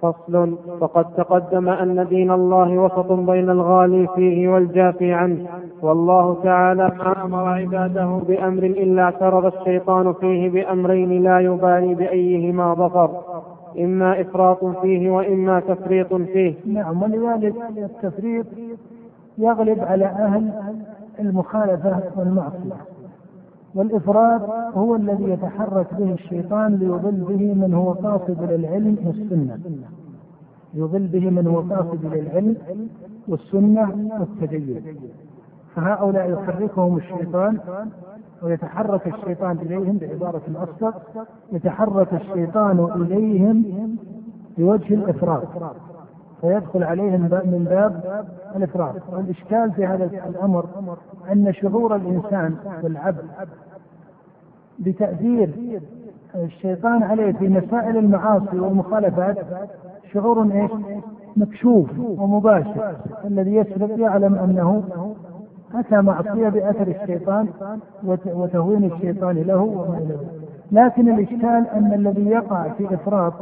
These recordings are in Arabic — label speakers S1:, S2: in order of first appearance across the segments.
S1: فصل. وقد تقدم أن دين الله وسط بين الغالي فيه والجافي عنه، والله تعالى ما أمر عباده بأمر إلا اعترض الشيطان فيه بأمرين لا يبالي بأيهما ظفر، إما إفراط فيه وإما تفريط فيه.
S2: نعم، ولذلك التفريط يغلب على أهل المخالفة والمعصية، والإفراط هو الذي يتحرك به الشيطان ليضل به من هو قاصد إلى العلم والسنة، يضل به من هو قاصد إلى العلم والسنة والتدين. فهؤلاء يحركهم الشيطان ويتحرك الشيطان إليهم، بعبارة أبسط يتحرك الشيطان إليهم بوجه الإفراط، فيدخل عليهم من باب الإفراط. والإشكال في هذا الأمر أن شعور الإنسان والعبد بتأثير الشيطان عليه في مسائل المعاصي والمخالفات شعور مكشوف ومباشر. الذي يسبق يعلم أنه أتى معصية بأثر الشيطان وتهوين الشيطان له وما إلى ذلك. لكن الإشكال أن الذي يقع في إفراط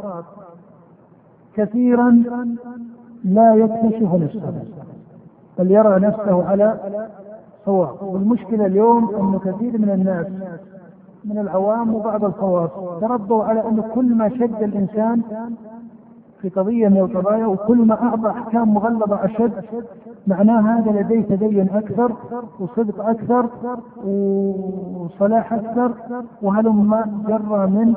S2: كثيرا لا يكتشف نفسه، بل يرى نفسه على صواب. والمشكلة اليوم أن كثير من الناس من العوام وبعض الخواص تربوا على أن كل ما شد الإنسان في قضية من القضايا وكل ما أعطى أحكام مغلظة أشد معناه هذا لديه تدين أكثر وصدق أكثر وصلاح أكثر، وهلما جرى من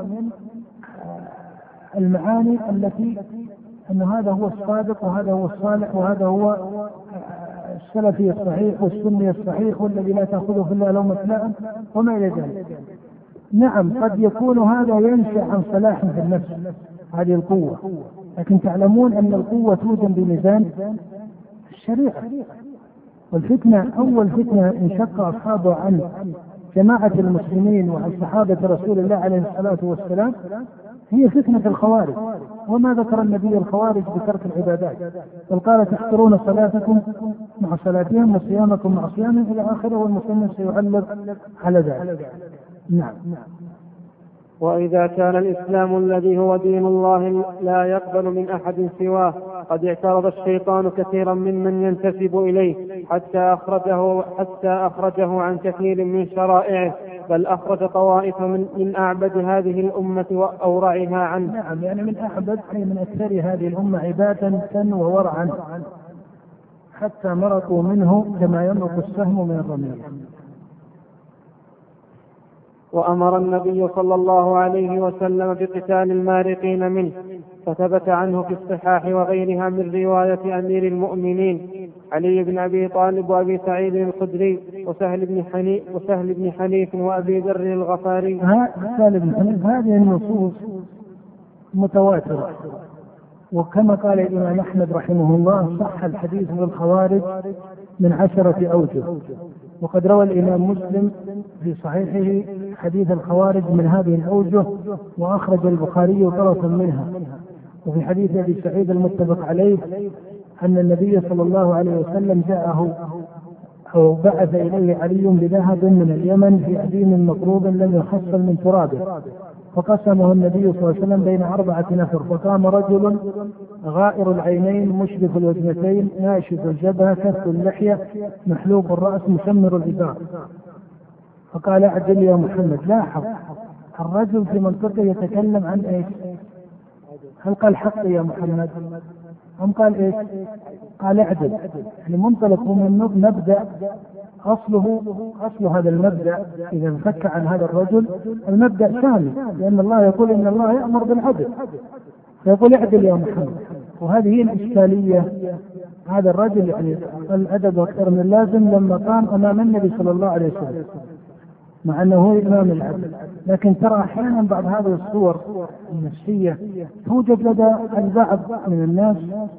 S2: المعاني التي أن هذا هو الصادق وهذا هو الصالح وهذا هو السلفي الصحيح والسني الصحيح والذي لا تأخذه في الله لومة لائم وما إلى ذلك. نعم، قد يكون هذا ينشأ عن صلاح في النفس، هذه القوة، لكن تعلمون أن القوة توجد بميزان الشريعة. والفتنة أول فتنة انشق أصحابه عن جماعة المسلمين وعن صحابة رسول الله عليه الصلاة والسلام هي فتنة الخوارج. وما ذكر النبي الخوارج بترك العبادات، بل قال تحقرون صلاتكم مع صلاتهم وصيامكم مع صيامهم إلى آخره، والمسلمين سيعلق على ذلك. نعم.
S1: وإذا كان الإسلام الذي هو دين الله لا يقبل من أحد سواه، قد اعترض الشيطان كثيرا ممن ينتسب إليه حتى أخرجه عن كثير من شرائعه، بل أخرج طوائف من أعبد هذه الأمة وأورعها عنه.
S2: نعم، يعني من أعبد أي من أكثر هذه الأمة عبادة وورعا، حتى مرقوا منه كما يمرق السهم من الرمية.
S1: وأمر النبي صلى الله عليه وسلم بقتال المارقين منه، فثبت عنه في الصحاح وغيرها من رواية أمير المؤمنين علي بن أبي طالب وأبي سعيد الخدري وسهل بن حنيف وأبي ذر الغفاري.
S2: هذه النصوص متواترة، وكما قال الإمام أحمد رحمه الله صح الحديث عن الخوارج من 10 أوجه، وقد روى الإمام مسلم في صحيحه حديث الخوارج من هذه الأوجه، وأخرج البخاري طرفا منها. وفي حديث أبي سعيد المتفق عليه أن النبي صلى الله عليه وسلم جاءه أو بعث إليه علي بذهب من اليمن في عديم مقروب لم يحصل من ترابه، فقسمه النبي صلى الله عليه وسلم بين 4 نفر، فقام رجل غائر العينين مشرف الوجنتين ناشف الجبهة كف اللحية محلوق الرأس مشمر الإزار، فقال أعجل يا محمد. لاحظ الرجل في منطقة يتكلم عن إيش؟ هل قال حق يا محمد أم قال إيش؟ قال اعدل. يعني منطلق من مبدأ أصل هذا المبدأ إذا انفك عن هذا الرجل المبدأ شامل، لأن الله يقول إن الله يأمر بالعدل، فيقول اعدل يا محمد. وهذه هي الإشكالية. هذا الرجل يعني الأدب أكثر من اللازم لما قام أمام النبي صلى الله عليه وسلم، مع أنه هو إمام العدل. لكن ترى أحيانا بعض هذه الصور النفسية توجد لدى البعض من الناس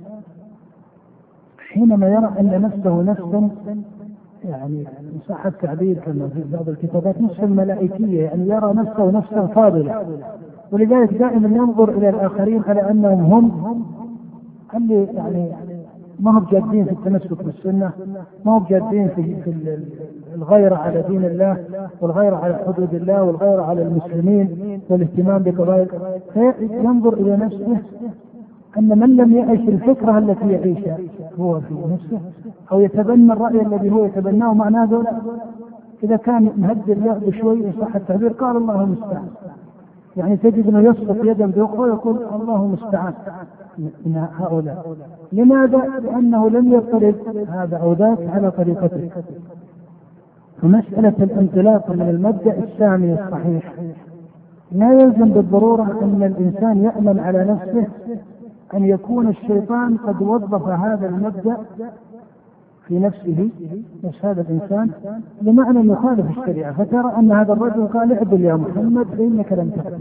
S2: حينما يرى أن نفسه نفسا، يعني صح التعبير كما في بعض الكتابات، نفس الملائكية، يعني يرى نفسه نفسا فاضلة، ولذلك دائما ينظر إلى الآخرين على أنهم هم اللي يعني ما هم جادين في التمسك بالسنة، ما هم جادين في الغيرة على دين الله والغيرة على حدود الله والغيرة على المسلمين والاهتمام بقضايا، فينظر إلى نفسه أن من لم يعش الفكرة التي يعيشها هو في نفسه أو يتبنى الرأي الذي هو يتبناه، معناه هذا إذا كان مهدي اللعب شوي إن صح التعبير قال الله المستعان، يعني تجد أنه يسقط يدا بأخرى ويقول الله المستعان من هؤلاء. لماذا؟ لأنه لم يضطرب هذا أو ذاك على طريقته. فمسألة الانطلاق من المبدأ السامي الصحيح لا يلزم بالضرورة أن الإنسان يأمن على نفسه أن يكون الشيطان قد وظف هذا المبدأ في نفسه، نفس هذا الإنسان، بمعنى يخالف الشريعة، فترى أن هذا الرجل قال اعدل يا محمد فإنك لم تعدل.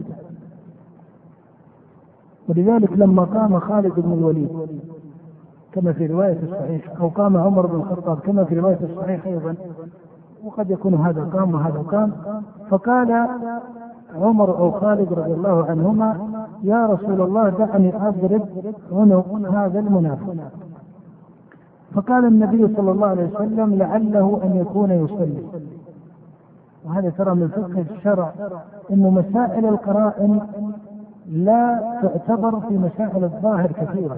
S2: ولذلك لما قام خالد بن الوليد كما في رواية الصحيح، أو قام عمر بن الخطاب كما في رواية الصحيح أيضا، وقد يكون هذا قام وهذا قام، فقال عمر أو خالد رضي الله عنهما يا رسول الله دعني أضرب عنق هذا المنافق. فقال النبي صلى الله عليه وسلم لعله أن يكون يصلي. وهذا ترى من فقه الشرع أن مسائل القرائن لا تعتبر في مسائل الظاهر كثيرا،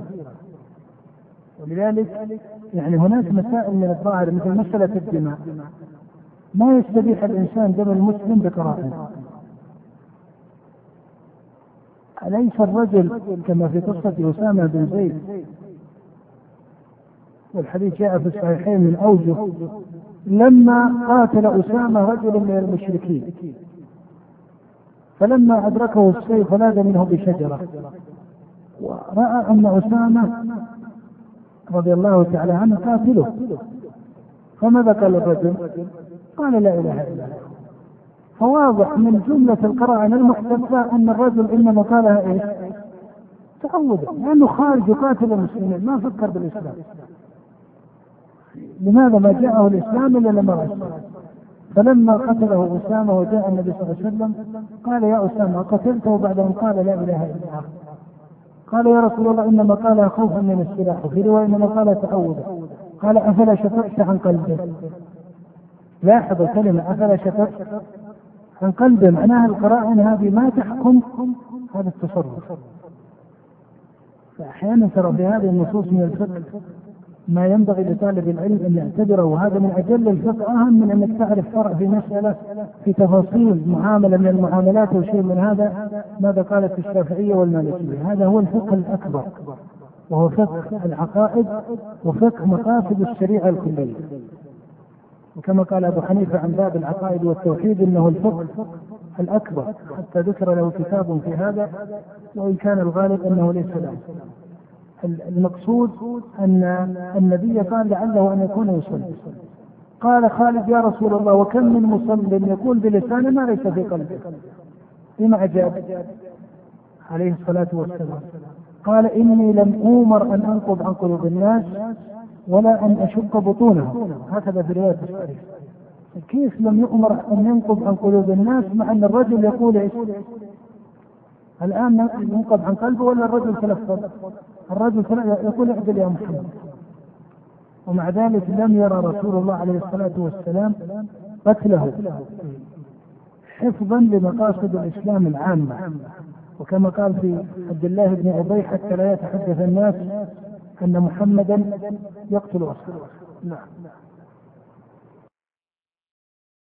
S2: ولذلك يعني هناك مسائل من الظاهر مثل مسألة الدماء ما يستبيح الإنسان دم المسلم بقرائن. أليس الرجل كما في قصة أسامة بن زيد، والحديث جاء في الصحيحين من أوجه، لما قاتل أسامة رجل من المشركين فلما أدركه السيف فلاذ منه بشجرة، ورأى أن أسامة رضي الله تعالى عنه قاتله، فماذا قال الرجل؟ قال لا إله إلا الله. فواضح من جملة القرائن المحتفظة أن الرجل إنما قالها إيش؟ تعودا، لأنه خارج يقاتل المسلمين ما فكر بالإسلام. لماذا ما جاءه الإسلام إلا لما رأى؟ فلما قتله أسامة وجاء النبي صلى الله عليه وسلم قال يا أسامة قتلته بعد أن قال لا إله إلا الله؟ قال يا رسول الله إنما قال خوفا من السلاح، وفي رواية إنما قال تعودا. قال أفلا شفقت عن قلبه؟ لاحظ الكلمة أفلا شفقت عن قلبه، معناها القرائن هذه ما تحكم هذا التصرف. فأحيانا ترى في هذه النصوص من الفقه ما ينبغي لطالب العلم أن يعتبره، وهذا من أجل الفقه أهم من أنك تعرف فرع في مسألة في تفاصيل معاملة من المعاملات أو شيء من هذا. ماذا قالت الشافعية والمالكية؟ هذا هو الفقه الأكبر، وهو فقه العقائد وفقه مقاصد الشريعة الكلية. وكما قال أبو حنيفة عن باب العقائد والتوحيد إنه الفقه الأكبر، حتى ذكر له كتاب في هذا، وإن كان الغالب أنه ليس له. المقصود أن النبي قال لعله أن يكون يصلي. قال خالد يا رسول الله وكم من مصل يقول بلسانه ما ليس في قلبه؟ بما أجاب عليه الصلاة والسلام؟ قال إني لم أؤمر أن أنقض عن قلوب الناس ولا أن أشق بطونهم، هكذا في رواية الصحيح. كيف لم يؤمر أن ينقض عن قلوب الناس مع أن الرجل يقول إيش؟ الآن ينقض عن قلبه ولا الرجل تلفظ؟ الرجل يقول اعدل يا محمد. ومع ذلك لم يرى رسول الله عليه الصلاة والسلام قتله حفظا لمقاصد الإسلام العامة، وكما قال في عبد الله بن أبي حتى لا يتحدث الناس أن محمدا يقتل أصحابه. نعم.